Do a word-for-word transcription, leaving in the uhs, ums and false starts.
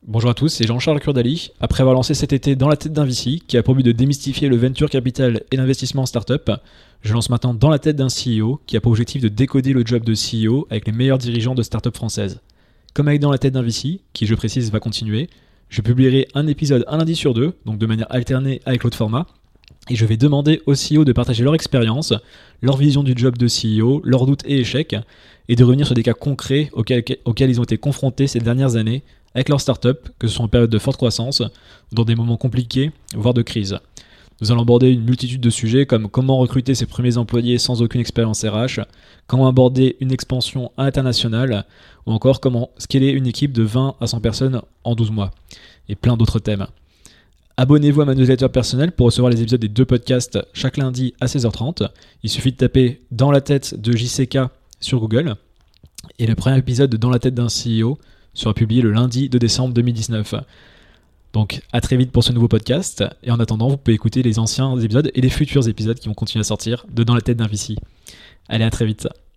Bonjour à tous, c'est Jean-Charles Curdali. Après avoir lancé cet été Dans la tête d'un V C, qui a pour but de démystifier le venture capital et l'investissement en start-up, je lance maintenant Dans la tête d'un C E O, qui a pour objectif de décoder le job de C E O avec les meilleurs dirigeants de start-up françaises. Comme avec Dans la tête d'un V C, qui je précise va continuer, je publierai un épisode un lundi sur deux, donc de manière alternée avec l'autre format, et je vais demander aux C E O de partager leur expérience, leur vision du job de C E O, leurs doutes et échecs, et de revenir sur des cas concrets auxquels, auxquels ils ont été confrontés ces dernières années avec leur start-up, que ce soit en période de forte croissance, ou dans des moments compliqués, voire de crise. Nous allons aborder une multitude de sujets comme comment recruter ses premiers employés sans aucune expérience R H, comment aborder une expansion internationale, ou encore comment scaler une équipe de vingt à cent personnes en douze mois, et plein d'autres thèmes. Abonnez-vous à ma newsletter personnelle pour recevoir les épisodes des deux podcasts chaque lundi à seize heures trente. Il suffit de taper « Dans la tête de J C K » sur Google. Et le premier épisode de « Dans la tête d'un C E O » sera publié le lundi de décembre deux mille dix-neuf. Donc à très vite pour ce nouveau podcast. Et en attendant, vous pouvez écouter les anciens épisodes et les futurs épisodes qui vont continuer à sortir de Dans la tête d'un V C. Allez, à très vite.